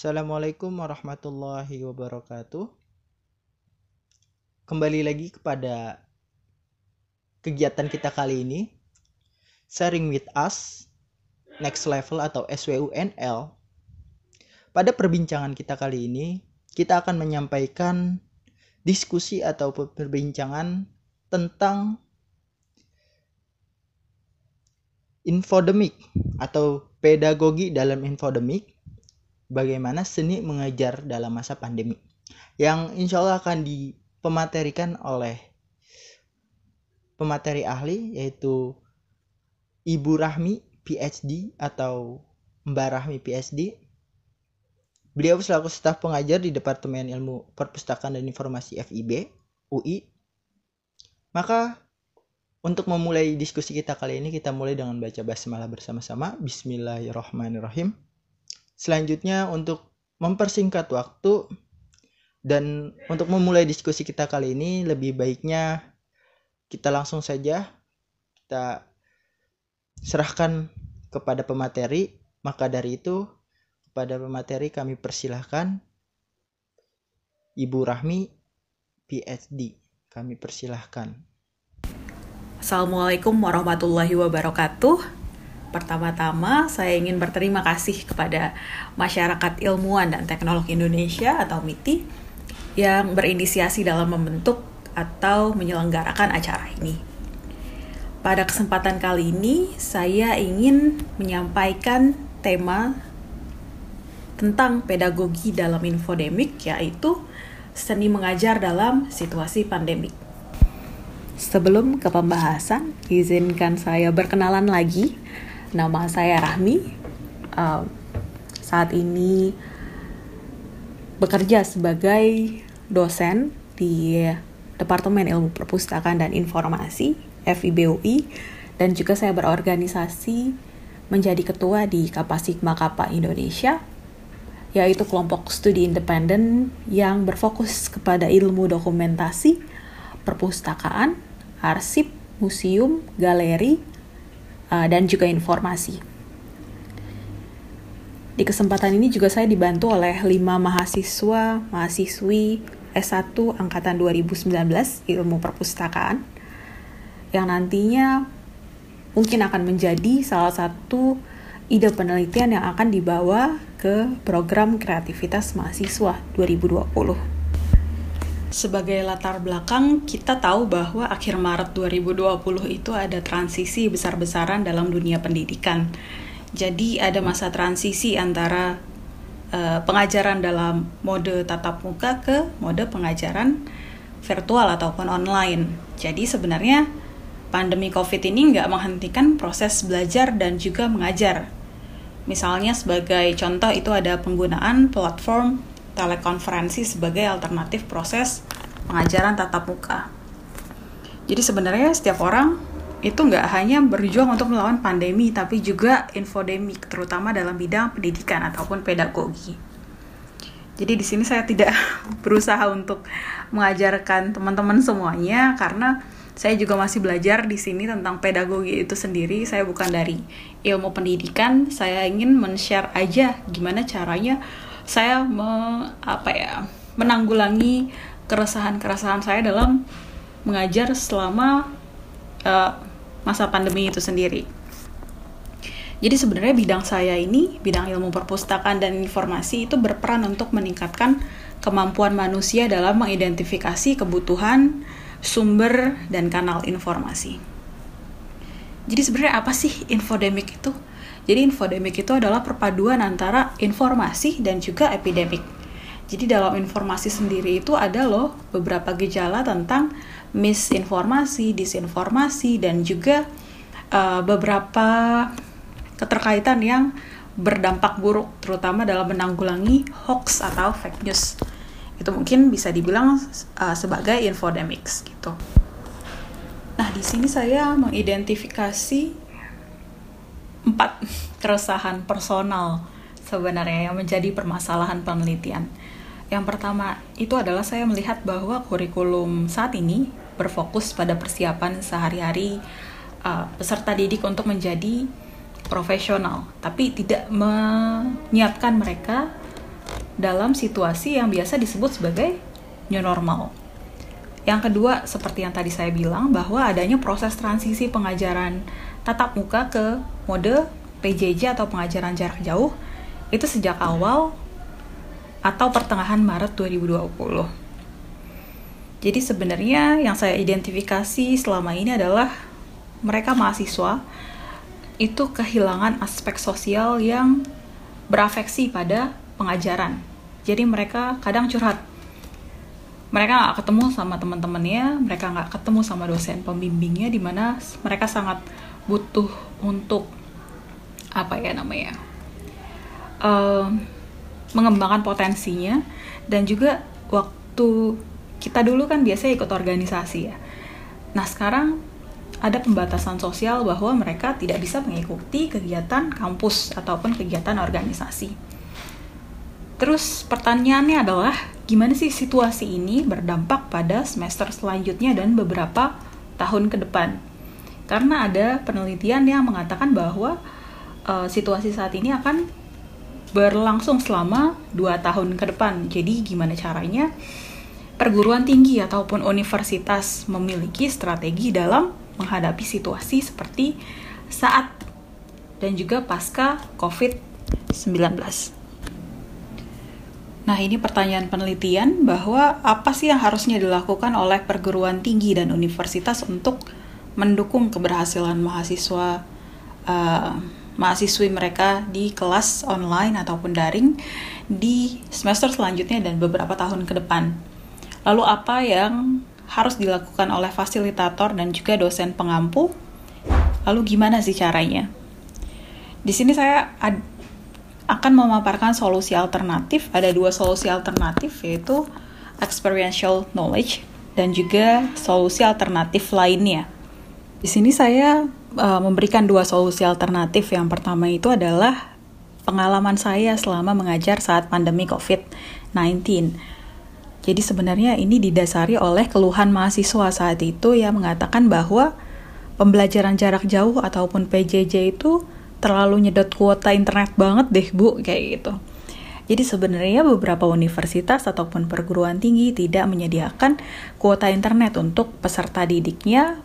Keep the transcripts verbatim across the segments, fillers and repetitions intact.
Assalamualaikum warahmatullahi wabarakatuh. Kembali lagi kepada kegiatan kita kali ini, Sharing with Us, Next Level atau S W U N L. Pada perbincangan kita kali ini, kita akan menyampaikan diskusi atau perbincangan tentang infodemik atau pedagogi dalam infodemik, bagaimana seni mengajar dalam masa pandemi, yang insya Allah akan dipematerikan oleh pemateri ahli yaitu Ibu Rahmi P H D atau Mbak Rahmi P H D. Beliau selaku staf pengajar di Departemen Ilmu Perpustakaan dan Informasi F I B U I. Maka untuk memulai diskusi kita kali ini, kita mulai dengan baca basmalah bersama-sama. Bismillahirrahmanirrahim. Selanjutnya, untuk mempersingkat waktu dan untuk memulai diskusi kita kali ini, lebih baiknya kita langsung saja kita serahkan kepada pemateri. Maka dari itu, kepada pemateri kami persilahkan Ibu Rahmi P H D. Kami persilahkan. Assalamualaikum warahmatullahi wabarakatuh. Pertama-tama, saya ingin berterima kasih kepada Masyarakat Ilmuwan dan Teknolog Indonesia atau M I T I yang berinisiasi dalam membentuk atau menyelenggarakan acara ini. Pada kesempatan kali ini, saya ingin menyampaikan tema tentang pedagogi dalam infodemik, yaitu seni mengajar dalam situasi pandemik. Sebelum ke pembahasan, izinkan saya berkenalan lagi. Nama saya Rahmi. Uh, saat ini bekerja sebagai dosen di Departemen Ilmu Perpustakaan dan Informasi F I B U I, dan juga saya berorganisasi menjadi ketua di Kapasik Makapa Indonesia, yaitu kelompok studi independen yang berfokus kepada ilmu dokumentasi, perpustakaan, arsip, museum, galeri, uh, dan juga informasi. Di kesempatan ini juga saya dibantu oleh lima mahasiswa, mahasiswi S satu Angkatan dua ribu sembilan belas Ilmu Perpustakaan, yang nantinya mungkin akan menjadi salah satu ide penelitian yang akan dibawa ke program kreativitas mahasiswa dua ribu dua puluh. Sebagai latar belakang, kita tahu bahwa akhir Maret dua ribu dua puluh itu ada transisi besar-besaran dalam dunia pendidikan. Jadi ada masa transisi antara uh, pengajaran dalam mode tatap muka ke mode pengajaran virtual ataupun online. Jadi sebenarnya pandemi COVID ini nggak menghentikan proses belajar dan juga mengajar. Misalnya sebagai contoh itu ada penggunaan platform telekonferensi sebagai alternatif proses pengajaran tatap muka. Jadi sebenarnya setiap orang itu nggak hanya berjuang untuk melawan pandemi, tapi juga infodemik, terutama dalam bidang pendidikan ataupun pedagogi. Jadi di sini saya tidak berusaha untuk mengajarkan teman-teman semuanya, karena saya juga masih belajar di sini tentang pedagogi itu sendiri. Saya bukan dari ilmu pendidikan, saya ingin men-share aja gimana caranya saya me, apa ya, menanggulangi keresahan-keresahan saya dalam mengajar selama uh, masa pandemi itu sendiri. Jadi sebenarnya bidang saya ini, bidang ilmu perpustakaan dan informasi, itu berperan untuk meningkatkan kemampuan manusia dalam mengidentifikasi kebutuhan, sumber, dan kanal informasi. Jadi sebenarnya apa sih infodemik itu? Jadi infodemik itu adalah perpaduan antara informasi dan juga epidemik. Jadi dalam informasi sendiri itu ada loh beberapa gejala tentang misinformasi, disinformasi, dan juga uh, beberapa keterkaitan yang berdampak buruk, terutama dalam menanggulangi hoax atau fake news. Itu mungkin bisa dibilang uh, sebagai infodemics gitu. Nah, di sini saya mengidentifikasi empat keresahan personal sebenarnya yang menjadi permasalahan penelitian. Yang pertama itu adalah saya melihat bahwa kurikulum saat ini berfokus pada persiapan sehari-hari uh, peserta didik untuk menjadi profesional, tapi tidak menyiapkan mereka dalam situasi yang biasa disebut sebagai new normal. Yang kedua, seperti yang tadi saya bilang, bahwa adanya proses transisi pengajaran tatap muka ke mode P J J atau pengajaran jarak jauh itu sejak awal atau pertengahan Maret dua ribu dua puluh. Jadi sebenarnya yang saya identifikasi selama ini adalah mereka mahasiswa itu kehilangan aspek sosial yang berafeksi pada pengajaran. Jadi mereka kadang curhat. Mereka nggak ketemu sama teman-temannya, mereka nggak ketemu sama dosen pembimbingnya, di mana mereka sangat butuh untuk apa ya namanya uh, mengembangkan potensinya. Dan juga waktu kita dulu kan biasa ikut organisasi ya. Nah sekarang ada pembatasan sosial bahwa mereka tidak bisa mengikuti kegiatan kampus ataupun kegiatan organisasi. Terus pertanyaannya adalah, gimana sih situasi ini berdampak pada semester selanjutnya dan beberapa tahun ke depan? Karena ada penelitian yang mengatakan bahwa uh, situasi saat ini akan berlangsung selama dua tahun ke depan. Jadi gimana caranya perguruan tinggi ataupun universitas memiliki strategi dalam menghadapi situasi seperti saat dan juga pasca covid sembilan belas. Nah, ini pertanyaan penelitian bahwa apa sih yang harusnya dilakukan oleh perguruan tinggi dan universitas untuk mendukung keberhasilan mahasiswa uh, mahasiswi mereka di kelas online ataupun daring di semester selanjutnya dan beberapa tahun ke depan. Lalu apa yang harus dilakukan oleh fasilitator dan juga dosen pengampu? Lalu gimana sih caranya? Di sini saya ad- akan memaparkan solusi alternatif. Ada dua solusi alternatif, yaitu experiential knowledge dan juga solusi alternatif lainnya. Di sini saya uh, memberikan dua solusi alternatif. Yang pertama itu adalah pengalaman saya selama mengajar saat pandemi covid sembilan belas. Jadi sebenarnya ini didasari oleh keluhan mahasiswa saat itu yang mengatakan bahwa pembelajaran jarak jauh ataupun P J J itu terlalu nyedot kuota internet banget deh bu, kayak gitu. Jadi sebenarnya beberapa universitas ataupun perguruan tinggi tidak menyediakan kuota internet untuk peserta didiknya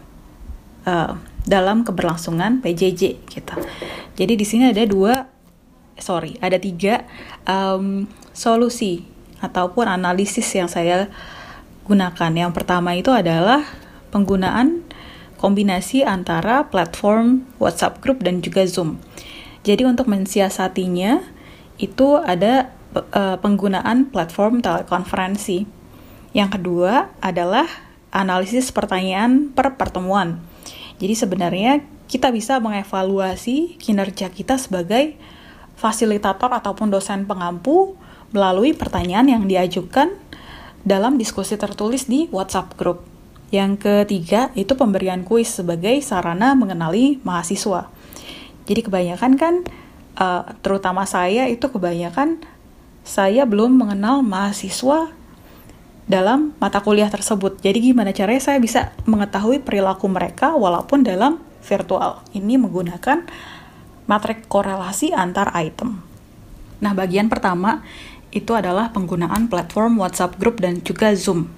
uh, dalam keberlangsungan P J J gitu. Jadi di sini ada dua, sorry, ada tiga um, solusi ataupun analisis yang saya gunakan. Yang pertama itu adalah penggunaan kombinasi antara platform WhatsApp Group dan juga Zoom. Jadi untuk mensiasatinya itu ada uh, penggunaan platform telekonferensi. Yang kedua adalah analisis pertanyaan per pertemuan. Jadi sebenarnya kita bisa mengevaluasi kinerja kita sebagai fasilitator ataupun dosen pengampu melalui pertanyaan yang diajukan dalam diskusi tertulis di WhatsApp Group. Yang ketiga itu pemberian kuis sebagai sarana mengenali mahasiswa. Jadi kebanyakan kan, uh, terutama saya itu kebanyakan saya belum mengenal mahasiswa dalam mata kuliah tersebut. Jadi gimana caranya saya bisa mengetahui perilaku mereka walaupun dalam virtual. Ini menggunakan matrik korelasi antar item. Nah, bagian pertama itu adalah penggunaan platform WhatsApp Group dan juga Zoom.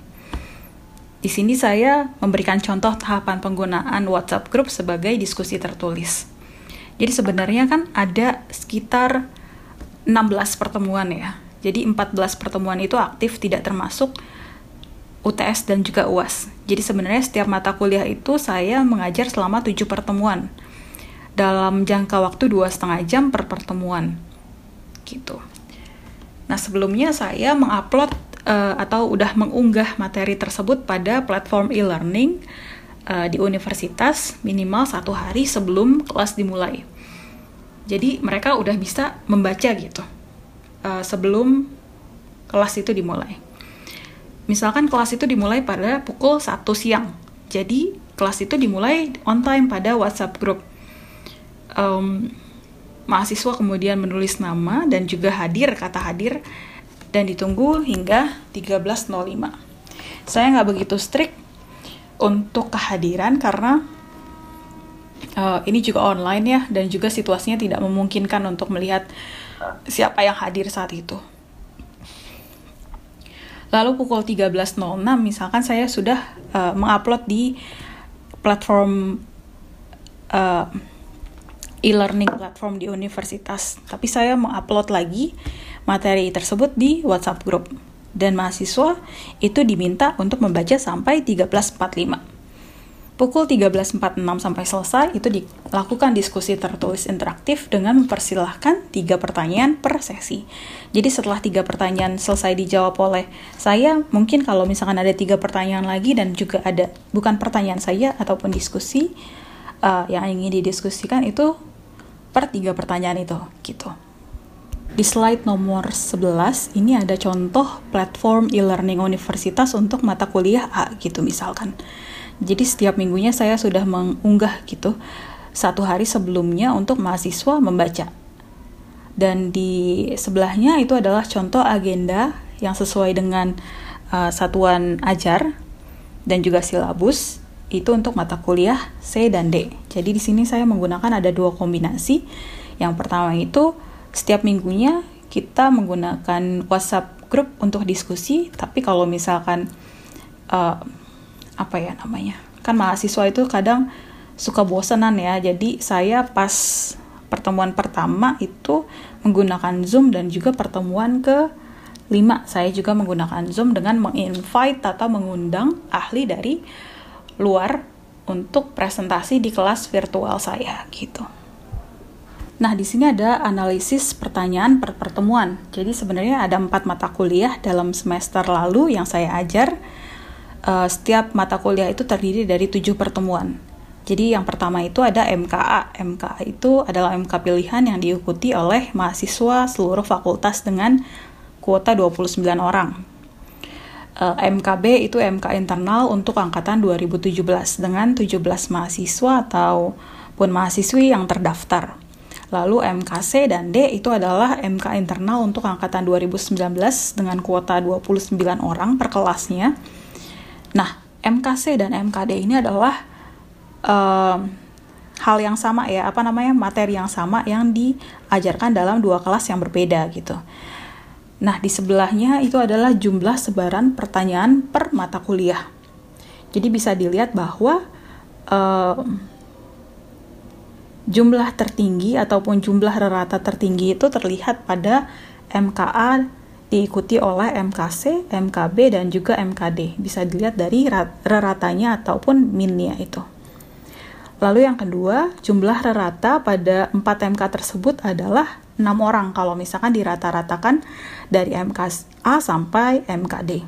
Di sini saya memberikan contoh tahapan penggunaan WhatsApp Group sebagai diskusi tertulis. Jadi sebenarnya kan ada sekitar enam belas pertemuan ya. Jadi empat belas pertemuan itu aktif, tidak termasuk U T S dan juga U A S. Jadi sebenarnya setiap mata kuliah itu saya mengajar selama tujuh pertemuan. Dalam jangka waktu dua setengah jam per pertemuan. Gitu. Nah, sebelumnya saya mengupload uh, atau udah mengunggah materi tersebut pada platform e-learning uh, di universitas minimal satu hari sebelum kelas dimulai. Jadi mereka udah bisa membaca gitu uh, sebelum kelas itu dimulai. Misalkan kelas itu dimulai pada pukul satu siang. Jadi kelas itu dimulai on time pada WhatsApp Group. Um, mahasiswa kemudian menulis nama dan juga hadir, kata hadir, dan ditunggu hingga tiga belas nol lima. Saya nggak begitu strict untuk kehadiran karena uh, ini juga online ya, dan juga situasinya tidak memungkinkan untuk melihat siapa yang hadir saat itu. Lalu pukul tiga belas nol enam misalkan saya sudah uh, mengupload di platform uh, e-learning platform di universitas, tapi saya mengupload lagi materi tersebut di WhatsApp group, dan mahasiswa itu diminta untuk membaca sampai tiga belas empat puluh lima. Pukul tiga belas empat puluh enam sampai selesai itu dilakukan diskusi tertulis interaktif dengan mempersilahkan tiga pertanyaan per sesi. Jadi setelah tiga pertanyaan selesai dijawab oleh saya, mungkin kalau misalkan ada tiga pertanyaan lagi dan juga ada bukan pertanyaan saya ataupun diskusi uh, yang ingin didiskusikan itu per tiga pertanyaan itu gitu. Di slide nomor sebelas ini ada contoh platform e-learning universitas untuk mata kuliah A gitu misalkan. Jadi setiap minggunya saya sudah mengunggah gitu satu hari sebelumnya untuk mahasiswa membaca. Dan di sebelahnya itu adalah contoh agenda yang sesuai dengan uh, satuan ajar dan juga silabus itu untuk mata kuliah C dan D. Jadi di sini saya menggunakan ada dua kombinasi. Yang pertama itu setiap minggunya kita menggunakan WhatsApp group untuk diskusi, tapi kalau misalkan uh, apa ya namanya, kan mahasiswa itu kadang suka bosenan ya, jadi saya pas pertemuan pertama itu menggunakan Zoom, dan juga pertemuan ke lima saya juga menggunakan Zoom dengan menginvite atau mengundang ahli dari luar untuk presentasi di kelas virtual saya gitu. Nah, di sini ada analisis pertanyaan per pertemuan. Jadi sebenarnya ada empat mata kuliah dalam semester lalu yang saya ajar. Uh, setiap mata kuliah itu terdiri dari tujuh pertemuan. Jadi yang pertama itu ada M K A. M K A itu adalah M K pilihan yang diikuti oleh mahasiswa seluruh fakultas dengan kuota dua puluh sembilan orang. Uh, M K B itu M K internal untuk angkatan dua ribu tujuh belas dengan tujuh belas mahasiswa ataupun mahasiswi yang terdaftar. Lalu M K C dan D itu adalah M K internal untuk angkatan dua ribu sembilan belas dengan kuota dua puluh sembilan orang per kelasnya. Nah, M K C dan M K D ini adalah um, hal yang sama ya, apa namanya, materi yang sama yang diajarkan dalam dua kelas yang berbeda gitu. Nah, di sebelahnya itu adalah jumlah sebaran pertanyaan per mata kuliah. Jadi bisa dilihat bahwa um, jumlah tertinggi ataupun jumlah rata tertinggi itu terlihat pada M K A diikuti oleh M K C, M K B, dan juga M K D. Bisa dilihat dari reratanya ataupun minnya itu. Lalu yang kedua, jumlah rerata pada empat M K tersebut adalah enam orang kalau misalkan dirata-ratakan dari M K A sampai M K D.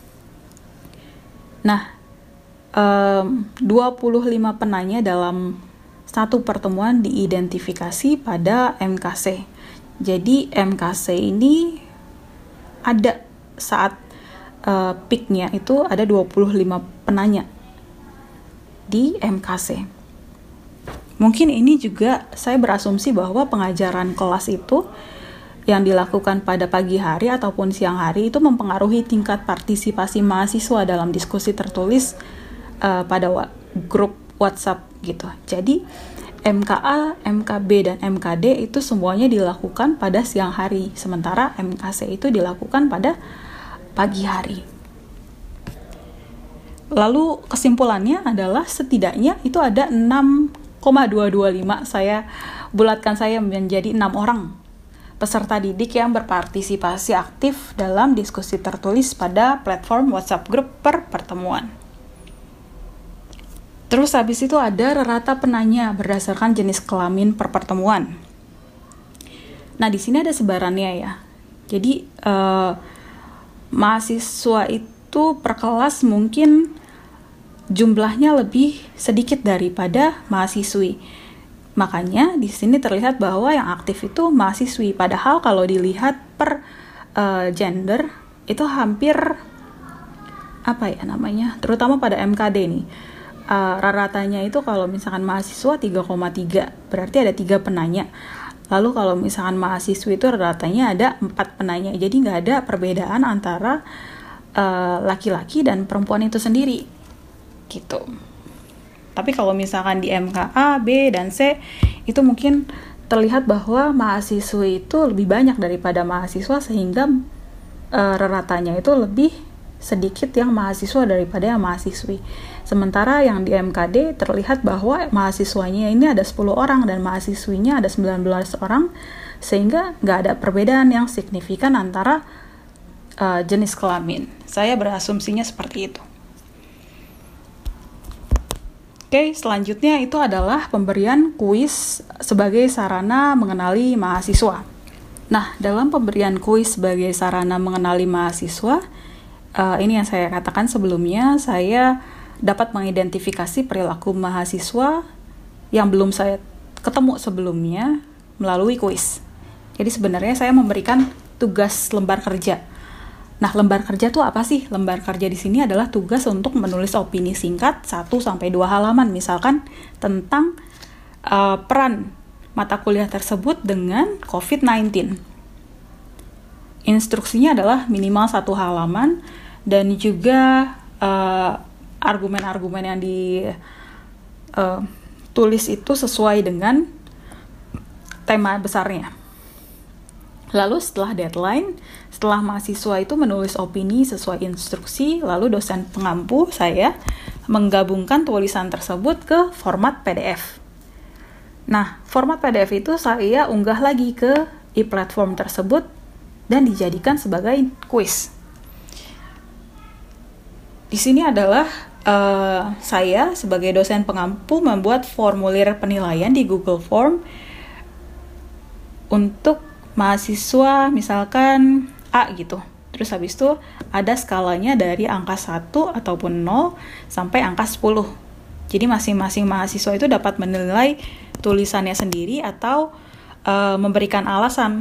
Nah, um, dua puluh lima penanya dalam satu pertemuan diidentifikasi pada M K C. Jadi M K C ini ada saat uh, peak-nya itu ada dua puluh lima penanya di M K C. Mungkin ini juga saya berasumsi bahwa pengajaran kelas itu yang dilakukan pada pagi hari ataupun siang hari itu mempengaruhi tingkat partisipasi mahasiswa dalam diskusi tertulis uh, pada wa- grup WhatsApp gitu. Jadi M K A, M K B, dan M K D itu semuanya dilakukan pada siang hari, sementara M K C itu dilakukan pada pagi hari. Lalu kesimpulannya adalah setidaknya itu ada enam koma dua dua lima, saya bulatkan saya menjadi enam orang peserta didik yang berpartisipasi aktif dalam diskusi tertulis pada platform WhatsApp group per pertemuan. Terus habis itu ada rata penanya berdasarkan jenis kelamin per pertemuan. Nah, di sini ada sebarannya ya. Jadi eh, mahasiswa itu per kelas mungkin jumlahnya lebih sedikit daripada mahasiswi. Makanya di sini terlihat bahwa yang aktif itu mahasiswi. Padahal kalau dilihat per eh, gender itu hampir apa ya namanya? Terutama pada M K D nih. Uh, rata-ratanya itu kalau misalkan mahasiswa tiga koma tiga, berarti ada tiga penanya. Lalu kalau misalkan mahasiswi itu rata-ratanya ada empat penanya. Jadi nggak ada perbedaan antara uh, laki-laki dan perempuan itu sendiri gitu. Tapi kalau misalkan di M K A, B, dan C itu mungkin terlihat bahwa mahasiswi itu lebih banyak daripada mahasiswa, sehingga uh, reratanya itu lebih sedikit yang mahasiswa daripada yang mahasiswi. Sementara yang di M K D terlihat bahwa mahasiswanya ini ada sepuluh orang dan mahasiswinya ada sembilan belas orang, sehingga nggak ada perbedaan yang signifikan antara uh, jenis kelamin. Saya berasumsinya seperti itu. Oke, selanjutnya itu adalah pemberian kuis sebagai sarana mengenali mahasiswa. Nah, dalam pemberian kuis sebagai sarana mengenali mahasiswa, uh, ini yang saya katakan sebelumnya, saya dapat mengidentifikasi perilaku mahasiswa yang belum saya ketemu sebelumnya melalui kuis. Jadi sebenarnya saya memberikan tugas lembar kerja. Nah, lembar kerja itu apa sih? Lembar kerja di sini adalah tugas untuk menulis opini singkat satu sampai dua halaman, misalkan tentang uh, peran mata kuliah tersebut dengan covid sembilan belas. Instruksinya adalah minimal satu halaman dan juga uh, argumen-argumen yang ditulis uh, itu sesuai dengan tema besarnya. Lalu setelah deadline, setelah mahasiswa itu menulis opini sesuai instruksi, lalu dosen pengampu saya menggabungkan tulisan tersebut ke format P D F. Nah, format P D F itu saya unggah lagi ke e-platform tersebut dan dijadikan sebagai kuis. Di sini adalah uh, saya sebagai dosen pengampu membuat formulir penilaian di Google Form untuk mahasiswa misalkan A gitu. Terus habis itu ada skalanya dari angka satu ataupun nol sampai angka sepuluh. Jadi masing-masing mahasiswa itu dapat menilai tulisannya sendiri atau uh, memberikan alasan.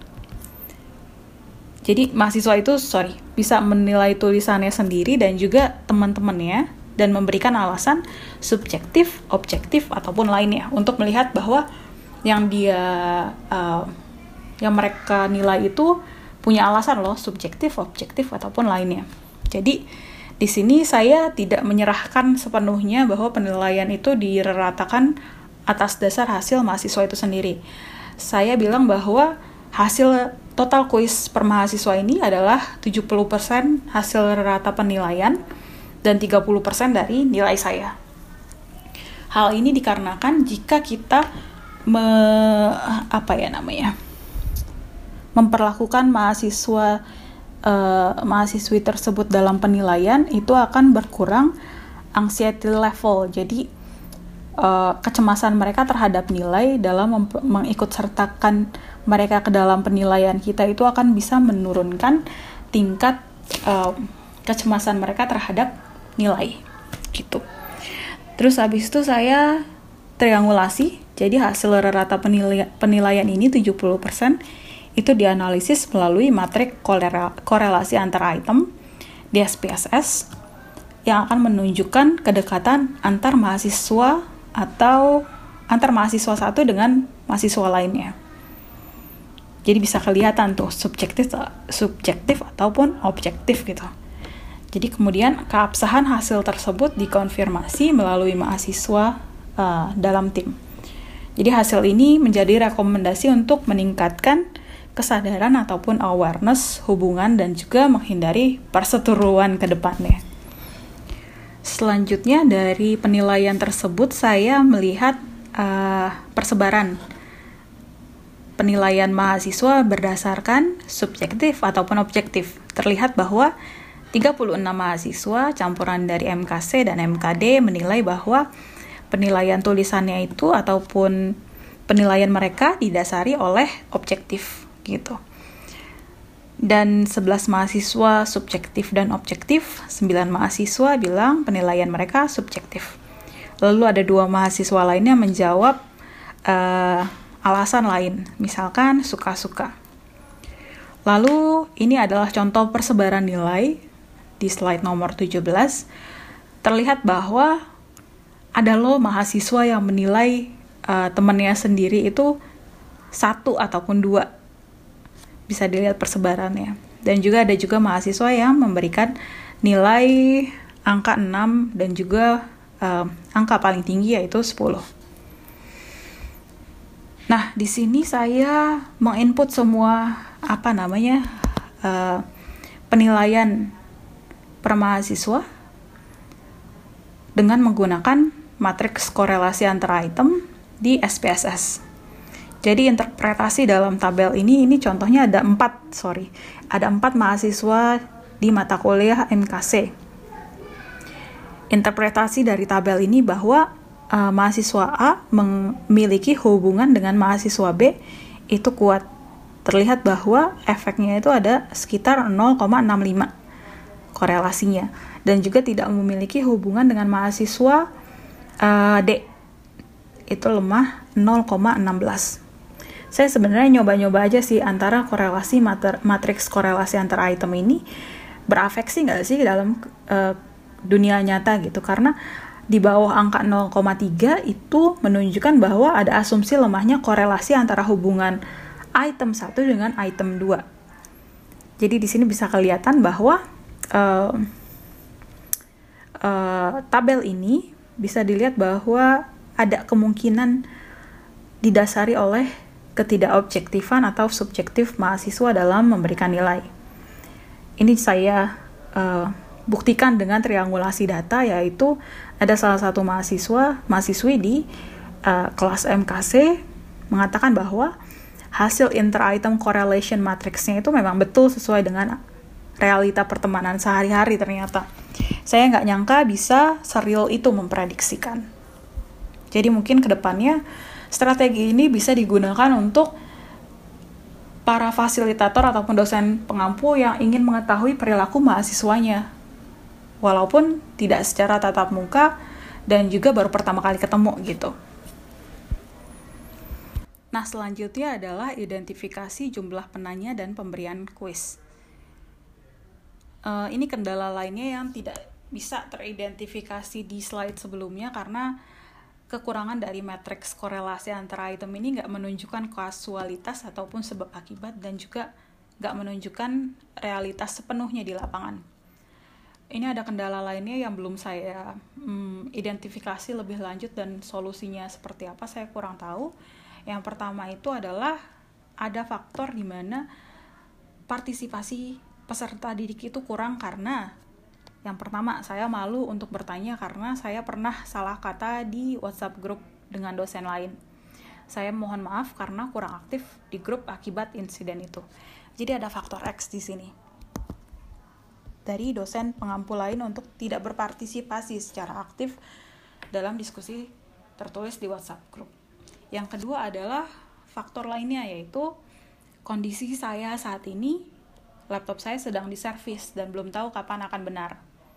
Jadi mahasiswa itu sorry bisa menilai tulisannya sendiri dan juga teman-temannya dan memberikan alasan subjektif, objektif ataupun lainnya untuk melihat bahwa yang dia uh, yang mereka nilai itu punya alasan loh, subjektif, objektif ataupun lainnya. Jadi di sini saya tidak menyerahkan sepenuhnya bahwa penilaian itu diratakan atas dasar hasil mahasiswa itu sendiri. Saya bilang bahwa hasil total kuis per mahasiswa ini adalah tujuh puluh persen hasil rata penilaian dan tiga puluh persen dari nilai saya. Hal ini dikarenakan jika kita me, apa ya namanya? memperlakukan mahasiswa uh, mahasiswi tersebut dalam penilaian, itu akan berkurang anxiety level. Jadi uh, kecemasan mereka terhadap nilai dalam mem- mengikutsertakan mereka ke dalam penilaian kita itu akan bisa menurunkan tingkat uh, kecemasan mereka terhadap nilai gitu. Terus habis itu saya triangulasi. Jadi hasil rata penilai- penilaian ini tujuh puluh persen itu dianalisis melalui matrik korelasi antar item di S P S S yang akan menunjukkan kedekatan antar mahasiswa atau antar mahasiswa satu dengan mahasiswa lainnya. Jadi bisa kelihatan tuh subjektif subjektif ataupun objektif gitu. Jadi kemudian keabsahan hasil tersebut dikonfirmasi melalui mahasiswa uh, dalam tim. Jadi hasil ini menjadi rekomendasi untuk meningkatkan kesadaran ataupun awareness hubungan dan juga menghindari perseteruan ke depannya. Selanjutnya dari penilaian tersebut saya melihat uh, persebaran penilaian mahasiswa berdasarkan subjektif ataupun objektif. Terlihat bahwa tiga puluh enam mahasiswa campuran dari M K C dan M K D menilai bahwa penilaian tulisannya itu ataupun penilaian mereka didasari oleh objektif gitu. Dan sebelas mahasiswa subjektif dan objektif, sembilan mahasiswa bilang penilaian mereka subjektif. Lalu ada dua mahasiswa lainnya menjawab uh, alasan lain, misalkan suka-suka. Lalu ini adalah contoh persebaran nilai di slide nomor tujuh belas. Terlihat bahwa ada loh mahasiswa yang menilai uh, temannya sendiri itu satu ataupun dua. Bisa dilihat persebarannya. Dan juga ada juga mahasiswa yang memberikan nilai angka enam dan juga uh, angka paling tinggi yaitu sepuluh. Nah, di sini saya menginput semua apa namanya uh, penilaian per mahasiswa dengan menggunakan matriks korelasi antar item di S P S S. Jadi interpretasi dalam tabel ini, ini contohnya ada empat, sorry, ada empat mahasiswa di mata kuliah M K C. Interpretasi dari tabel ini bahwa uh, mahasiswa A memiliki hubungan dengan mahasiswa B itu kuat. Terlihat bahwa efeknya itu ada sekitar nol koma enam lima korelasinya. Dan juga tidak memiliki hubungan dengan mahasiswa uh, D. Itu lemah nol koma satu enam. Saya sebenarnya nyoba-nyoba aja sih antara korelasi mater, matriks korelasi antar item ini berafeksi nggak sih dalam uh, dunia nyata gitu, karena di bawah angka nol koma tiga itu menunjukkan bahwa ada asumsi lemahnya korelasi antara hubungan item satu dengan item dua. Jadi di sini bisa kelihatan bahwa uh, uh, tabel ini bisa dilihat bahwa ada kemungkinan didasari oleh ketidakobjektifan atau subjektif mahasiswa dalam memberikan nilai. Ini saya uh, buktikan dengan triangulasi data, yaitu ada salah satu mahasiswa, mahasiswi di uh, kelas M K C mengatakan bahwa hasil inter-item correlation matrixnya itu memang betul sesuai dengan realita pertemanan sehari-hari ternyata. Saya nggak nyangka bisa serial itu memprediksikan. Jadi mungkin kedepannya strategi ini bisa digunakan untuk para fasilitator ataupun dosen pengampu yang ingin mengetahui perilaku mahasiswanya, walaupun tidak secara tatap muka dan juga baru pertama kali ketemu gitu. Nah, selanjutnya adalah identifikasi jumlah penanya dan pemberian kuis. Uh, ini kendala lainnya yang tidak bisa teridentifikasi di slide sebelumnya karena kekurangan dari matriks korelasi antara item ini nggak menunjukkan kasualitas ataupun sebab akibat, dan juga nggak menunjukkan realitas sepenuhnya di lapangan. Ini ada kendala lainnya yang belum saya hmm, identifikasi lebih lanjut, dan solusinya seperti apa saya kurang tahu. Yang pertama itu adalah ada faktor di mana partisipasi peserta didik itu kurang karena yang pertama, saya malu untuk bertanya karena saya pernah salah kata di WhatsApp grup dengan dosen lain. Saya mohon maaf karena kurang aktif di grup akibat insiden itu. Jadi ada faktor X di sini. Dari dosen pengampu lain untuk tidak berpartisipasi secara aktif dalam diskusi tertulis di WhatsApp grup. Yang kedua adalah faktor lainnya, yaitu kondisi saya saat ini, laptop saya sedang diservis dan belum tahu kapan akan benar.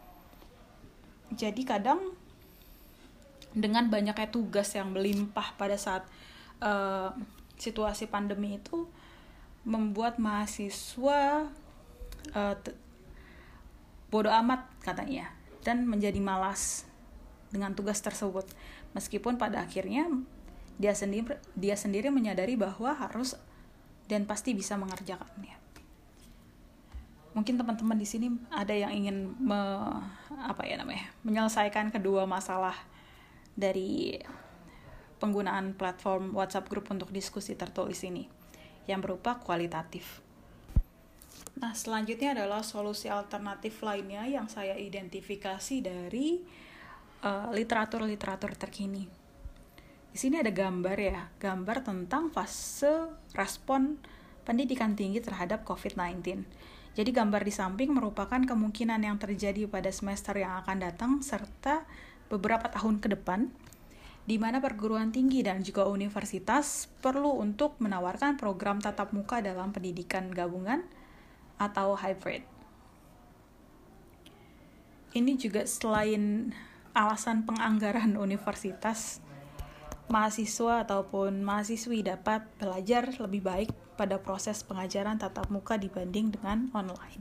Jadi kadang dengan banyaknya tugas yang melimpah pada saat uh, situasi pandemi itu membuat mahasiswa uh, t- bodoh amat katanya dan menjadi malas dengan tugas tersebut, meskipun pada akhirnya dia sendiri dia sendiri menyadari bahwa harus dan pasti bisa mengerjakannya. Mungkin teman-teman di sini ada yang ingin me, apa ya namanya, menyelesaikan kedua masalah dari penggunaan platform WhatsApp Group untuk diskusi tertulis ini, yang berupa kualitatif. Nah, selanjutnya adalah solusi alternatif lainnya yang saya identifikasi dari uh, literatur-literatur terkini. Di sini ada gambar ya, gambar tentang fase respon pendidikan tinggi terhadap covid sembilan belas. Jadi gambar di samping merupakan kemungkinan yang terjadi pada semester yang akan datang serta beberapa tahun ke depan, di mana perguruan tinggi dan juga universitas perlu untuk menawarkan program tatap muka dalam pendidikan gabungan atau hybrid. Ini juga selain alasan penganggaran universitas, mahasiswa ataupun mahasiswi dapat belajar lebih baik pada proses pengajaran tatap muka dibanding dengan online.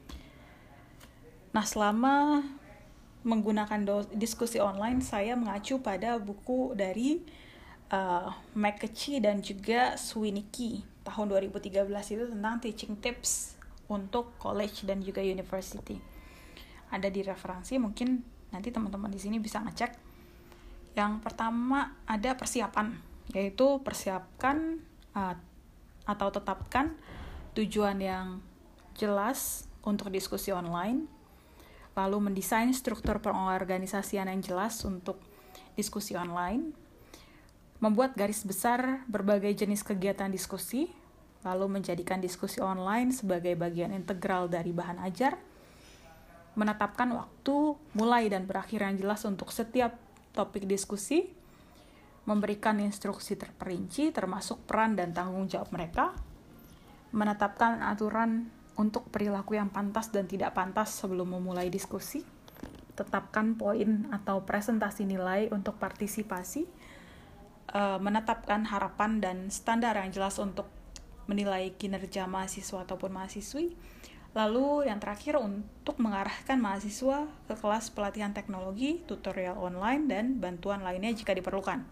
Nah, selama menggunakan do- diskusi online, saya mengacu pada buku dari uh, McKechnie dan juga Swinicky tahun dua ribu tiga belas itu tentang teaching tips untuk college dan juga university. Ada di referensi, mungkin nanti teman-teman di sini bisa ngecek. Yang pertama ada persiapan, yaitu persiapkan uh, atau tetapkan tujuan yang jelas untuk diskusi online, lalu mendesain struktur pengorganisasian yang jelas untuk diskusi online, membuat garis besar berbagai jenis kegiatan diskusi, lalu menjadikan diskusi online sebagai bagian integral dari bahan ajar, menetapkan waktu mulai dan berakhir yang jelas untuk setiap topik diskusi, memberikan instruksi terperinci termasuk peran dan tanggung jawab mereka, menetapkan aturan untuk perilaku yang pantas dan tidak pantas sebelum memulai diskusi, tetapkan poin atau presentasi nilai untuk partisipasi, menetapkan harapan dan standar yang jelas untuk menilai kinerja mahasiswa ataupun mahasiswi, lalu yang terakhir untuk mengarahkan mahasiswa ke kelas pelatihan teknologi, tutorial online, dan bantuan lainnya jika diperlukan.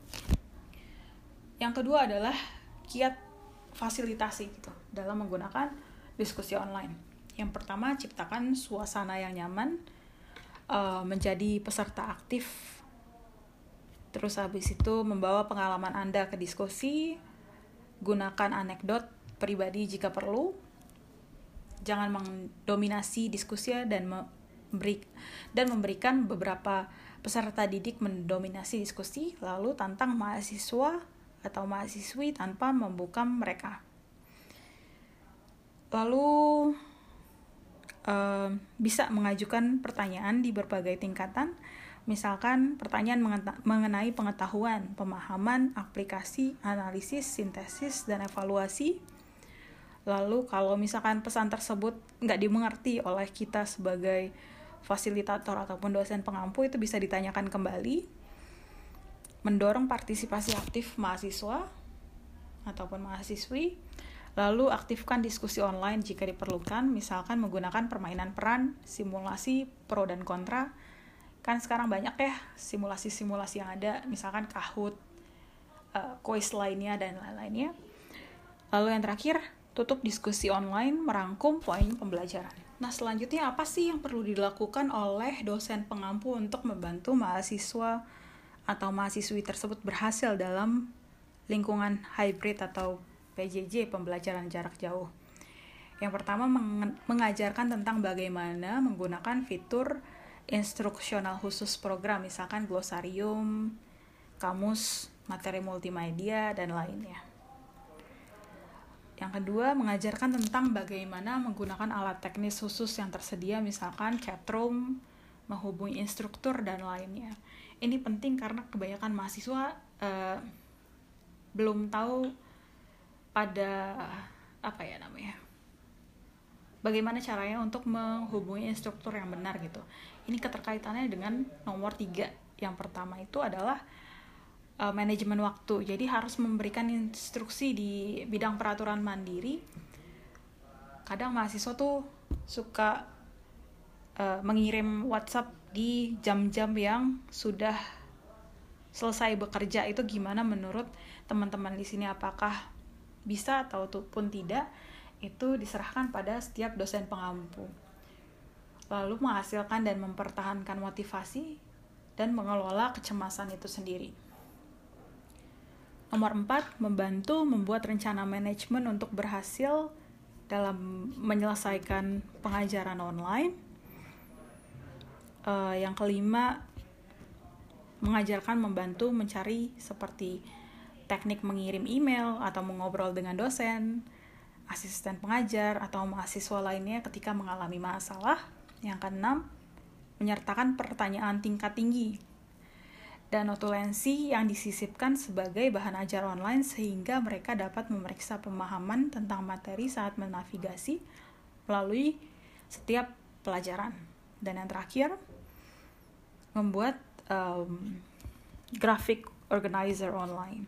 Yang kedua adalah kiat fasilitasi gitu, dalam menggunakan diskusi online. Yang pertama, ciptakan suasana yang nyaman, uh, menjadi peserta aktif. Terus habis itu membawa pengalaman Anda ke diskusi, gunakan anekdot pribadi jika perlu, jangan mendominasi diskusi dan memberi dan memberikan beberapa peserta didik mendominasi diskusi, lalu tantang mahasiswa atau mahasiswi tanpa membuka mereka. Lalu uh, bisa mengajukan pertanyaan di berbagai tingkatan, misalkan pertanyaan mengenai pengetahuan, pemahaman, aplikasi, analisis, sintesis, dan evaluasi. Lalu kalau misalkan pesan tersebut nggak dimengerti oleh kita sebagai fasilitator ataupun dosen pengampu, itu bisa ditanyakan kembali. Mendorong partisipasi aktif mahasiswa ataupun mahasiswi, lalu aktifkan diskusi online jika diperlukan, misalkan menggunakan permainan peran, simulasi, pro dan kontra. Kan sekarang banyak ya simulasi-simulasi yang ada, misalkan Kahoot, uh, quiz lainnya, dan lain-lainnya. Lalu yang terakhir, tutup diskusi online, merangkum poin pembelajaran. Nah, selanjutnya apa sih yang perlu dilakukan oleh dosen pengampu untuk membantu mahasiswa atau mahasiswi tersebut berhasil dalam lingkungan hybrid atau P J J, pembelajaran jarak jauh? Yang pertama, meng- mengajarkan tentang bagaimana menggunakan fitur instruksional khusus program, misalkan glosarium, kamus, materi multimedia, dan lainnya. Yang kedua, mengajarkan tentang bagaimana menggunakan alat teknis khusus yang tersedia, misalkan chatroom, menghubungi instruktur, dan lainnya. Ini penting karena kebanyakan mahasiswa uh, belum tahu pada apa ya namanya, bagaimana caranya untuk menghubungi instruktur yang benar gitu. Ini keterkaitannya dengan nomor tiga. Yang pertama itu adalah uh, manajemen waktu. Jadi harus memberikan instruksi di bidang peraturan mandiri. Kadang mahasiswa tuh suka uh, mengirim WhatsApp di jam-jam yang sudah selesai bekerja. Itu gimana menurut teman-teman di sini, apakah bisa ataupun tidak, itu diserahkan pada setiap dosen pengampu. Lalu menghasilkan dan mempertahankan motivasi dan mengelola kecemasan itu sendiri. Nomor empat, membantu membuat rencana manajemen untuk berhasil dalam menyelesaikan pengajaran online. Uh, yang kelima, mengajarkan membantu mencari seperti teknik mengirim email atau mengobrol dengan dosen, asisten pengajar, atau mahasiswa lainnya ketika mengalami masalah. Yang keenam, menyertakan pertanyaan tingkat tinggi dan notulensi yang disisipkan sebagai bahan ajar online sehingga mereka dapat memeriksa pemahaman tentang materi saat menavigasi melalui setiap pelajaran. Dan yang terakhir, membuat um, graphic organizer online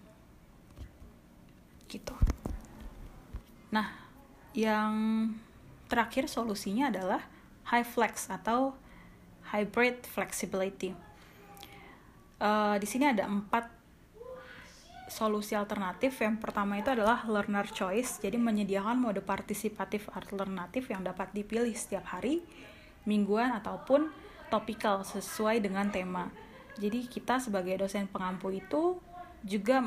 gitu. Nah, yang terakhir solusinya adalah high flex atau hybrid flexibility. Uh, di sini ada empat solusi alternatif. Yang pertama itu adalah learner choice, jadi menyediakan mode partisipatif alternatif yang dapat dipilih setiap hari, mingguan, ataupun topikal sesuai dengan tema. Jadi kita sebagai dosen pengampu itu juga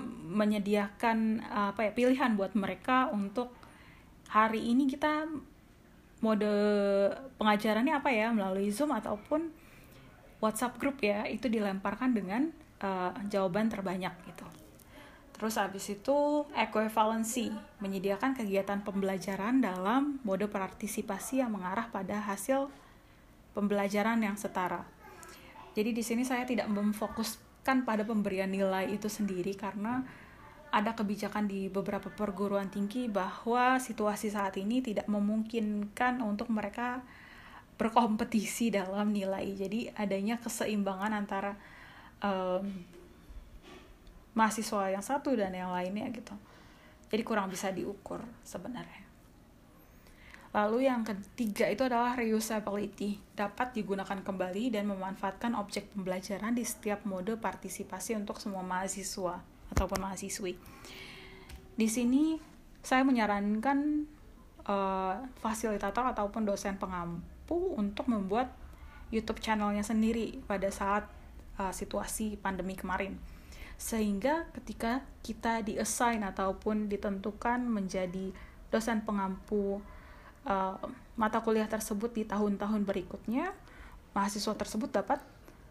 menyediakan apa ya pilihan buat mereka untuk hari ini kita mode pengajarannya apa ya, melalui Zoom ataupun WhatsApp group ya, itu dilemparkan dengan uh, jawaban terbanyak gitu. Terus habis itu equivalency, menyediakan kegiatan pembelajaran dalam mode partisipasi yang mengarah pada hasil pembelajaran yang setara. Jadi di sini saya tidak memfokuskan pada pemberian nilai itu sendiri karena ada kebijakan di beberapa perguruan tinggi bahwa situasi saat ini tidak memungkinkan untuk mereka berkompetisi dalam nilai. Jadi adanya keseimbangan antara um, mahasiswa yang satu dan yang lainnya gitu. Jadi kurang bisa diukur sebenarnya. Lalu yang ketiga itu adalah reusability, dapat digunakan kembali dan memanfaatkan objek pembelajaran di setiap mode partisipasi untuk semua mahasiswa ataupun mahasiswi. Di sini saya menyarankan uh, fasilitator ataupun dosen pengampu untuk membuat YouTube channelnya sendiri pada saat uh, situasi pandemi kemarin. Sehingga ketika kita di-assign ataupun ditentukan menjadi dosen pengampu uh, mata kuliah tersebut di tahun-tahun berikutnya, mahasiswa tersebut dapat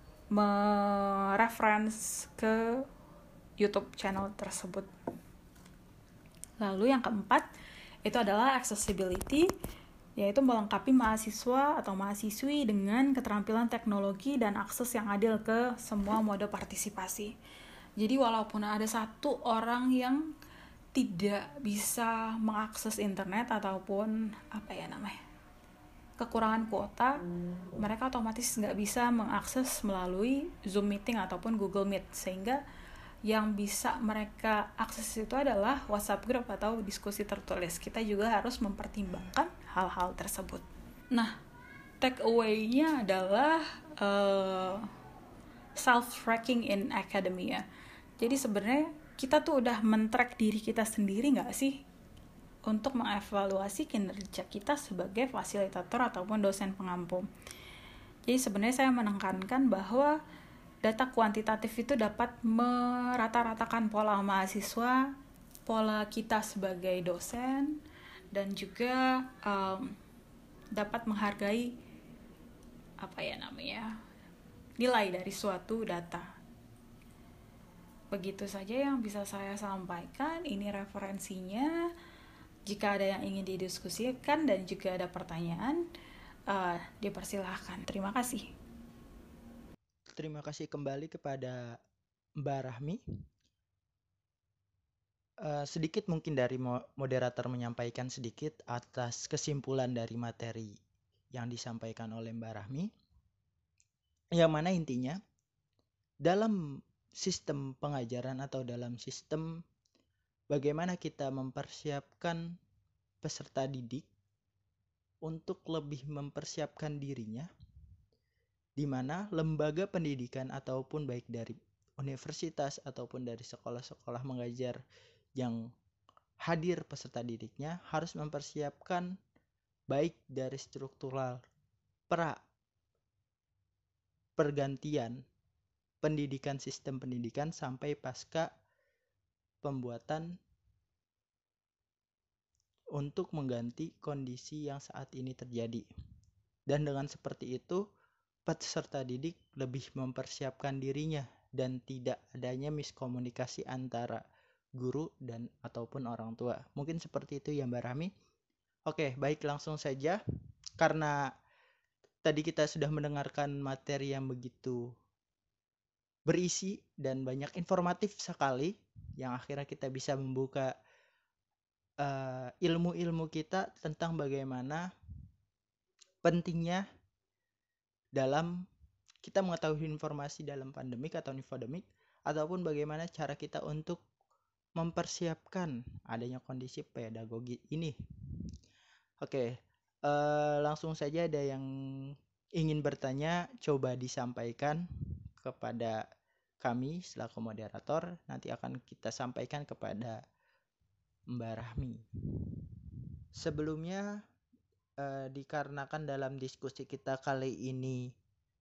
mereference ke YouTube channel tersebut. Lalu yang keempat itu adalah accessibility, yaitu melengkapi mahasiswa atau mahasiswi dengan keterampilan teknologi dan akses yang adil ke semua mode partisipasi. Jadi walaupun ada satu orang yang tidak bisa mengakses internet ataupun apa ya namanya kekurangan kuota, mereka otomatis nggak bisa mengakses melalui Zoom meeting ataupun Google Meet, sehingga yang bisa mereka akses itu adalah WhatsApp group atau diskusi tertulis. Kita juga harus mempertimbangkan hal-hal tersebut. Nah, take away-nya adalah uh, self-tracking in academia. Jadi sebenarnya kita tuh udah men-track diri kita sendiri nggak sih untuk mengevaluasi kinerja kita sebagai fasilitator ataupun dosen pengampu. Jadi sebenarnya saya menekankan bahwa data kuantitatif itu dapat merata-ratakan pola mahasiswa, pola kita sebagai dosen, dan juga um, dapat menghargai apa ya namanya nilai dari suatu data. Begitu saja yang bisa saya sampaikan. Ini referensinya. Jika ada yang ingin didiskusikan dan juga ada pertanyaan, uh, dipersilahkan. Terima kasih. Terima kasih kembali kepada Mbak Rahmi. Uh, sedikit mungkin dari moderator menyampaikan sedikit atas kesimpulan dari materi yang disampaikan oleh Mbak Rahmi. Yang mana intinya, dalam sistem pengajaran atau dalam sistem bagaimana kita mempersiapkan peserta didik untuk lebih mempersiapkan dirinya, di mana lembaga pendidikan ataupun baik dari universitas ataupun dari sekolah-sekolah mengajar yang hadir peserta didiknya harus mempersiapkan baik dari struktural pra pergantian pendidikan, sistem pendidikan sampai pasca pembuatan untuk mengganti kondisi yang saat ini terjadi. Dan dengan seperti itu, peserta didik lebih mempersiapkan dirinya dan tidak adanya miskomunikasi antara guru dan ataupun orang tua. Mungkin seperti itu ya Mbak Rahmi. Oke, baik, langsung saja. Karena tadi kita sudah mendengarkan materi yang begitu berisi dan banyak informatif sekali, yang akhirnya kita bisa membuka uh, ilmu-ilmu kita tentang bagaimana pentingnya dalam kita mengetahui informasi dalam pandemik atau infodemik, ataupun bagaimana cara kita untuk mempersiapkan adanya kondisi pedagogi ini. Oke, uh, langsung saja ada yang ingin bertanya, coba disampaikan kepada kami selaku moderator, nanti akan kita sampaikan kepada Mbak Rahmi. Sebelumnya, eh, dikarenakan dalam diskusi kita kali ini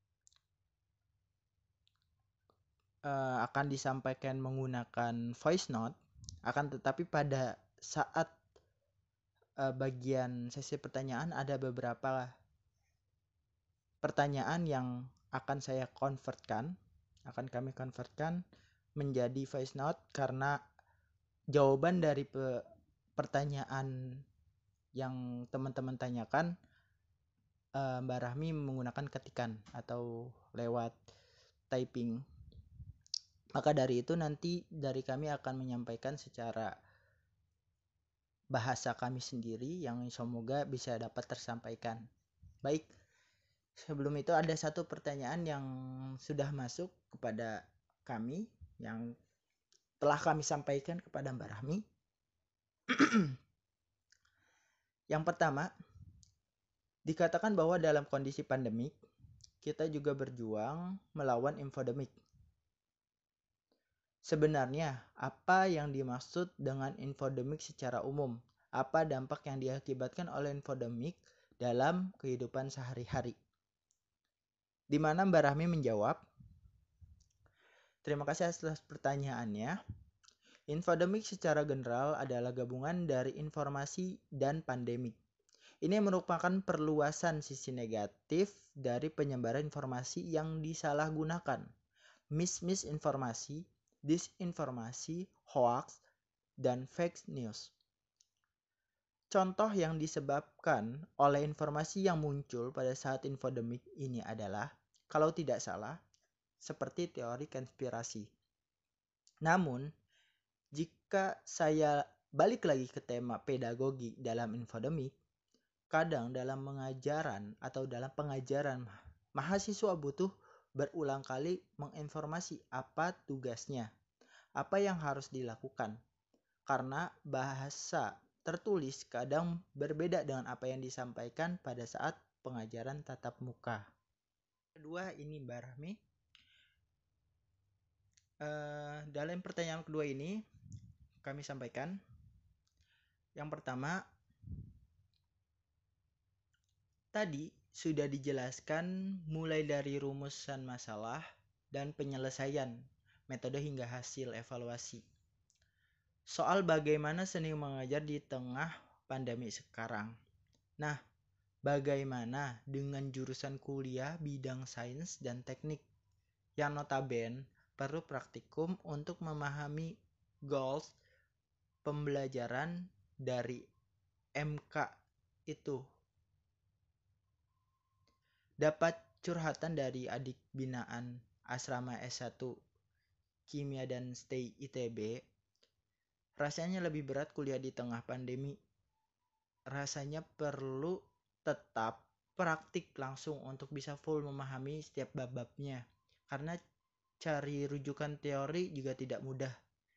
eh, akan disampaikan menggunakan voice note, akan tetapi pada saat uh, bagian sesi pertanyaan ada beberapa pertanyaan yang akan saya convertkan, akan kami convertkan menjadi voice note karena jawaban dari pe- pertanyaan yang teman-teman tanyakan uh, Mbak Rahmi menggunakan ketikan atau lewat typing. Maka dari itu nanti dari kami akan menyampaikan secara bahasa kami sendiri yang semoga bisa dapat tersampaikan. Baik, sebelum itu ada satu pertanyaan yang sudah masuk kepada kami yang telah kami sampaikan kepada Mbak Rahmi. Yang pertama, dikatakan bahwa dalam kondisi pandemik, kita juga berjuang melawan infodemik. Sebenarnya, apa yang dimaksud dengan infodemik secara umum? Apa dampak yang diakibatkan oleh infodemik dalam kehidupan sehari-hari? Di mana Mbak Rahmi menjawab, terima kasih atas pertanyaannya. Infodemik secara general adalah gabungan dari informasi dan pandemik. Ini merupakan perluasan sisi negatif dari penyebaran informasi yang disalahgunakan, mis-misinformasi, disinformasi, hoax, dan fake news. Contoh yang disebabkan oleh informasi yang muncul pada saat infodemik ini adalah, kalau tidak salah, seperti teori konspirasi. Namun, jika saya balik lagi ke tema pedagogi dalam infodemik, kadang dalam pengajaran atau dalam pengajaran mahasiswa butuh berulang kali menginformasi apa tugasnya, apa yang harus dilakukan. Karena bahasa tertulis kadang berbeda dengan apa yang disampaikan pada saat pengajaran tatap muka. Kedua ini Mbak Rahmi, uh, dalam pertanyaan kedua ini kami sampaikan. Yang pertama, tadi sudah dijelaskan mulai dari rumusan masalah dan penyelesaian, metode hingga hasil evaluasi. Soal bagaimana seni mengajar di tengah pandemi sekarang. Nah, bagaimana dengan jurusan kuliah bidang sains dan teknik yang notabene perlu praktikum untuk memahami goals pembelajaran dari M K itu. Dapat curhatan dari adik binaan asrama S satu Kimia dan Stay I T B. Rasanya lebih berat kuliah di tengah pandemi. Rasanya perlu tetap praktik langsung untuk bisa full memahami setiap bab-babnya. Karena cari rujukan teori juga tidak mudah.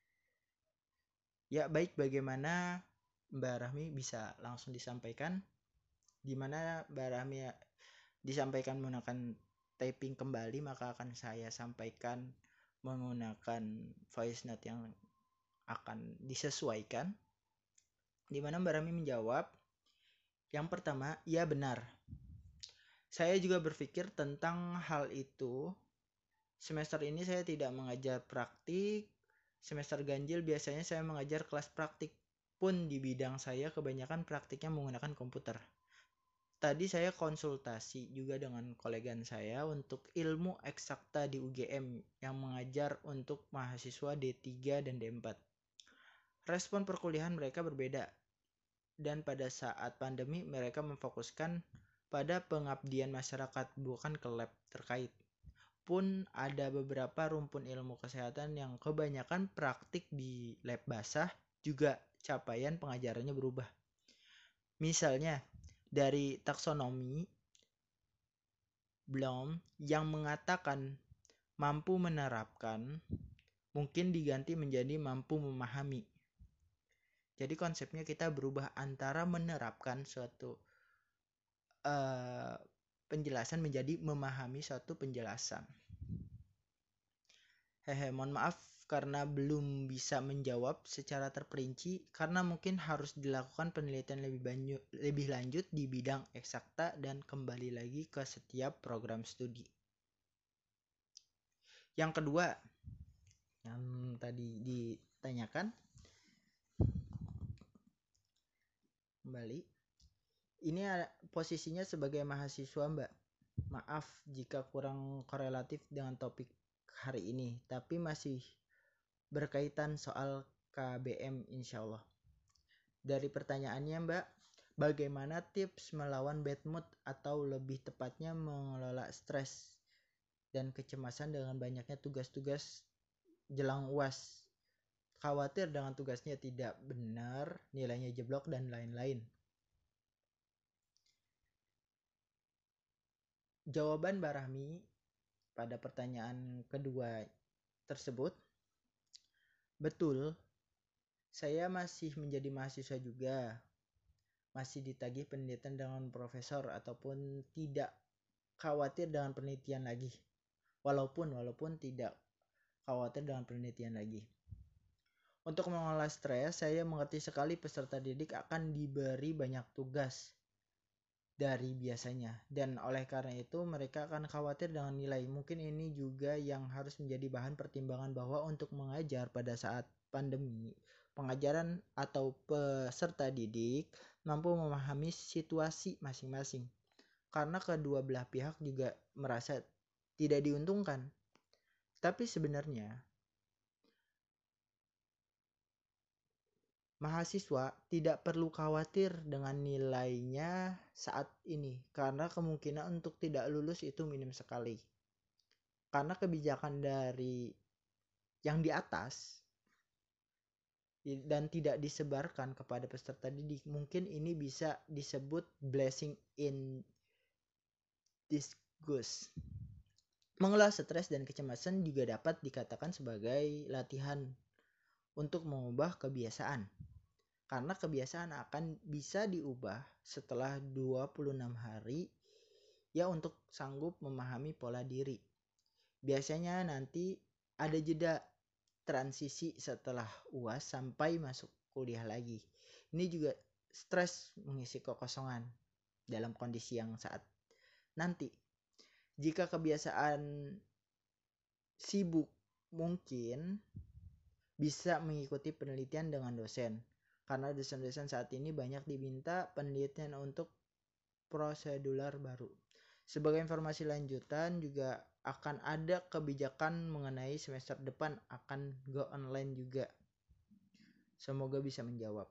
Ya baik, bagaimana Mbak Rahmi bisa langsung disampaikan? Di mana Mbak Rahmi disampaikan menggunakan typing kembali, maka akan saya sampaikan menggunakan voice note yang akan disesuaikan. Di mana Mbak Rahmi menjawab, yang pertama, ya benar. Saya juga berpikir tentang hal itu. Semester ini saya tidak mengajar praktik. Semester ganjil biasanya saya mengajar kelas praktik. Pun di bidang saya kebanyakan praktiknya menggunakan komputer. Tadi saya konsultasi juga dengan kolegan saya untuk ilmu eksakta di U G M yang mengajar untuk mahasiswa D tiga dan D empat. Respon perkuliahan mereka berbeda. Dan pada saat pandemi mereka memfokuskan pada pengabdian masyarakat, bukan ke lab terkait. Pun ada beberapa rumpun ilmu kesehatan yang kebanyakan praktik di lab basah, juga capaian pengajarannya berubah. Misalnya, dari taksonomi Bloom yang mengatakan mampu menerapkan mungkin diganti menjadi mampu memahami. Jadi konsepnya kita berubah antara menerapkan suatu uh, penjelasan menjadi memahami suatu penjelasan. Hehe, mohon maaf karena belum bisa menjawab secara terperinci karena mungkin harus dilakukan penelitian lebih banyak, lebih lanjut di bidang eksakta dan kembali lagi ke setiap program studi. Yang kedua, yang tadi ditanyakan, kembali. Ini posisinya sebagai mahasiswa, Mbak. Maaf jika kurang korelatif dengan topik hari ini, tapi masih berkaitan soal K B M insya Allah. Dari pertanyaannya, Mbak, bagaimana tips melawan bad mood atau lebih tepatnya mengelola stres dan kecemasan dengan banyaknya tugas-tugas jelang U A S? Khawatir dengan tugasnya tidak benar, nilainya jeblok, dan lain-lain. Jawaban Mbak Rahmi pada pertanyaan kedua tersebut, betul, saya masih menjadi mahasiswa juga, masih ditagih penelitian dengan profesor ataupun tidak khawatir dengan penelitian lagi. Walaupun walaupun tidak khawatir dengan penelitian lagi. Untuk mengolah stres, saya mengerti sekali peserta didik akan diberi banyak tugas dari biasanya, dan oleh karena itu mereka akan khawatir dengan nilai. Mungkin ini juga yang harus menjadi bahan pertimbangan bahwa untuk mengajar pada saat pandemi, pengajaran atau peserta didik mampu memahami situasi masing-masing, karena kedua belah pihak juga merasa tidak diuntungkan. Tapi sebenarnya mahasiswa tidak perlu khawatir dengan nilainya saat ini, karena kemungkinan untuk tidak lulus itu minim sekali. Karena kebijakan dari yang di atas dan tidak disebarkan kepada peserta didik, mungkin ini bisa disebut blessing in disguise. Mengelola stres dan kecemasan juga dapat dikatakan sebagai latihan untuk mengubah kebiasaan. Karena kebiasaan akan bisa diubah setelah dua puluh enam hari ya, untuk sanggup memahami pola diri. Biasanya nanti ada jeda transisi setelah U A S sampai masuk kuliah lagi. Ini juga stres mengisi kekosongan dalam kondisi yang saat nanti. Jika kebiasaan sibuk, mungkin bisa mengikuti penelitian dengan dosen. Karena dosen-dosen saat ini banyak diminta penelitian untuk prosedur baru. Sebagai informasi lanjutan, juga akan ada kebijakan mengenai semester depan akan go online juga. Semoga bisa menjawab.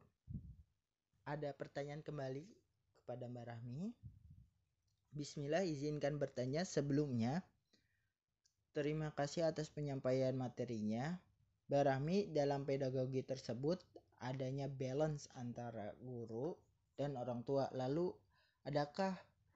Ada pertanyaan kembali kepada Mbak Rahmi. Bismillah, izinkan bertanya sebelumnya. Terima kasih atas penyampaian materinya. Mbak Rahmi, dalam pedagogi tersebut adanya balance antara guru dan orang tua. Lalu adakah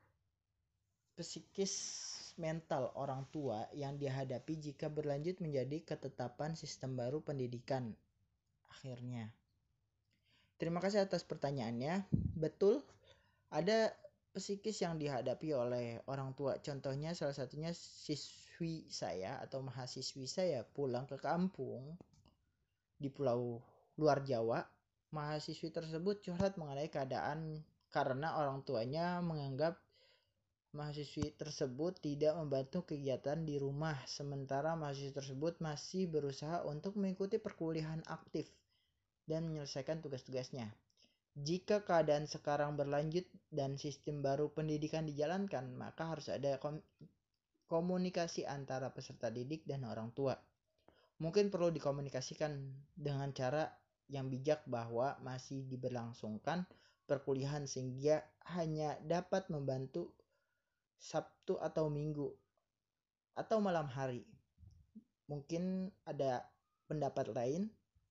psikis mental orang tua yang dihadapi jika berlanjut menjadi ketetapan sistem baru pendidikan akhirnya? Terima kasih atas pertanyaannya. Betul, ada psikis yang dihadapi oleh orang tua. Contohnya salah satunya siswi saya atau mahasiswi saya pulang ke kampung di pulau luar Jawa. Mahasiswi tersebut curhat mengenai keadaan karena orang tuanya menganggap mahasiswi tersebut tidak membantu kegiatan di rumah, sementara mahasiswi tersebut masih berusaha untuk mengikuti perkuliahan aktif dan menyelesaikan tugas-tugasnya. Jika keadaan sekarang berlanjut dan sistem baru pendidikan dijalankan, maka harus ada komunikasi antara peserta didik dan orang tua. Mungkin perlu dikomunikasikan dengan cara yang bijak bahwa masih diberlangsungkan perkuliahan sehingga hanya dapat membantu Sabtu atau Minggu atau malam hari. Mungkin ada pendapat lain.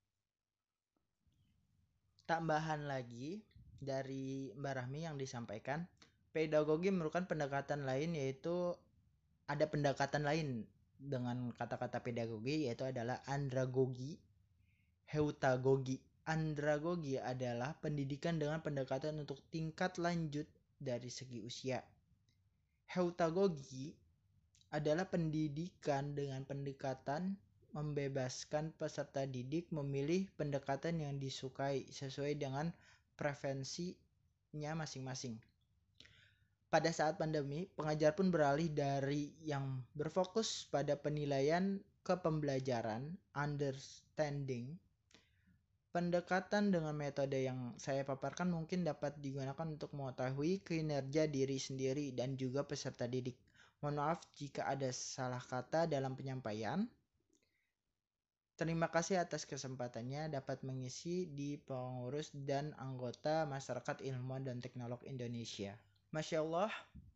Tambahan lagi dari Mbak Rahmi yang disampaikan, pedagogi merupakan pendekatan lain, yaitu ada pendekatan lain dengan kata-kata pedagogi, yaitu adalah andragogi, heutagogi. Andragogi adalah pendidikan dengan pendekatan untuk tingkat lanjut dari segi usia. Heutagogi adalah pendidikan dengan pendekatan membebaskan peserta didik memilih pendekatan yang disukai sesuai dengan preferensinya masing-masing. Pada saat pandemi, pengajar pun beralih dari yang berfokus pada penilaian ke pembelajaran, understanding, Pendekatan dengan metode yang saya paparkan mungkin dapat digunakan untuk mengetahui kinerja diri sendiri dan juga peserta didik. Mohon maaf jika ada salah kata dalam penyampaian. Terima kasih atas kesempatannya dapat mengisi di pengurus dan anggota Masyarakat Ilmuwan dan Teknolog Indonesia. Masya Allah,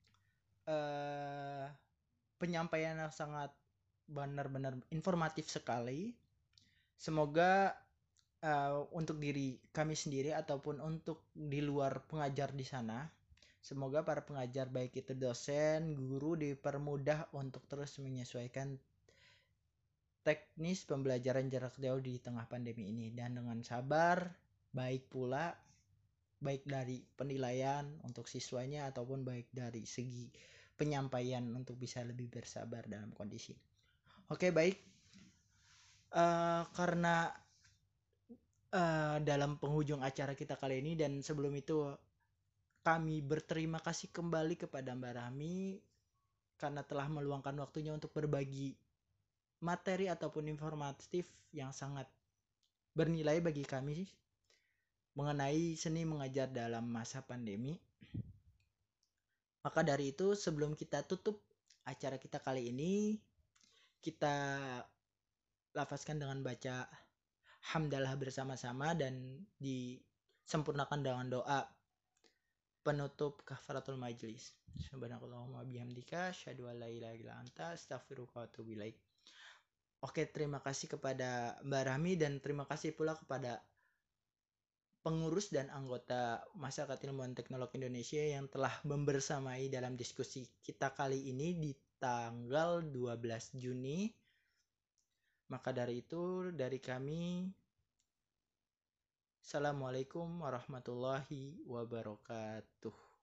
eh, penyampaian yang sangat benar-benar informatif sekali. Semoga uh, untuk diri kami sendiri ataupun untuk di luar pengajar di sana, semoga para pengajar baik itu dosen, guru dipermudah untuk terus menyesuaikan teknis pembelajaran jarak jauh di tengah pandemi ini, dan dengan sabar, baik pula baik dari penilaian untuk siswanya ataupun baik dari segi penyampaian untuk bisa lebih bersabar dalam kondisi. Oke, baik. Uh, karena uh, dalam penghujung acara kita kali ini, dan sebelum itu kami berterima kasih kembali kepada Mbak Rahmi karena telah meluangkan waktunya untuk berbagi materi ataupun informatif yang sangat bernilai bagi kami mengenai seni mengajar dalam masa pandemi. Maka dari itu, sebelum kita tutup acara kita kali ini, kita lafazkan dengan baca hamdalah bersama-sama dan disempurnakan dengan doa penutup kafaratul majlis. Subhanakallahumma bihamdika asyhadu an la ilaha illa anta astaghfiruka wa atubu ilaik. Oke, terima kasih kepada Mbak Rahmi dan terima kasih pula kepada pengurus dan anggota Masyarakat Ilmuwan Teknolog Indonesia yang telah membersamai dalam diskusi kita kali ini di tanggal dua belas Juni. Maka dari itu, dari kami, Assalamualaikum warahmatullahi wabarakatuh.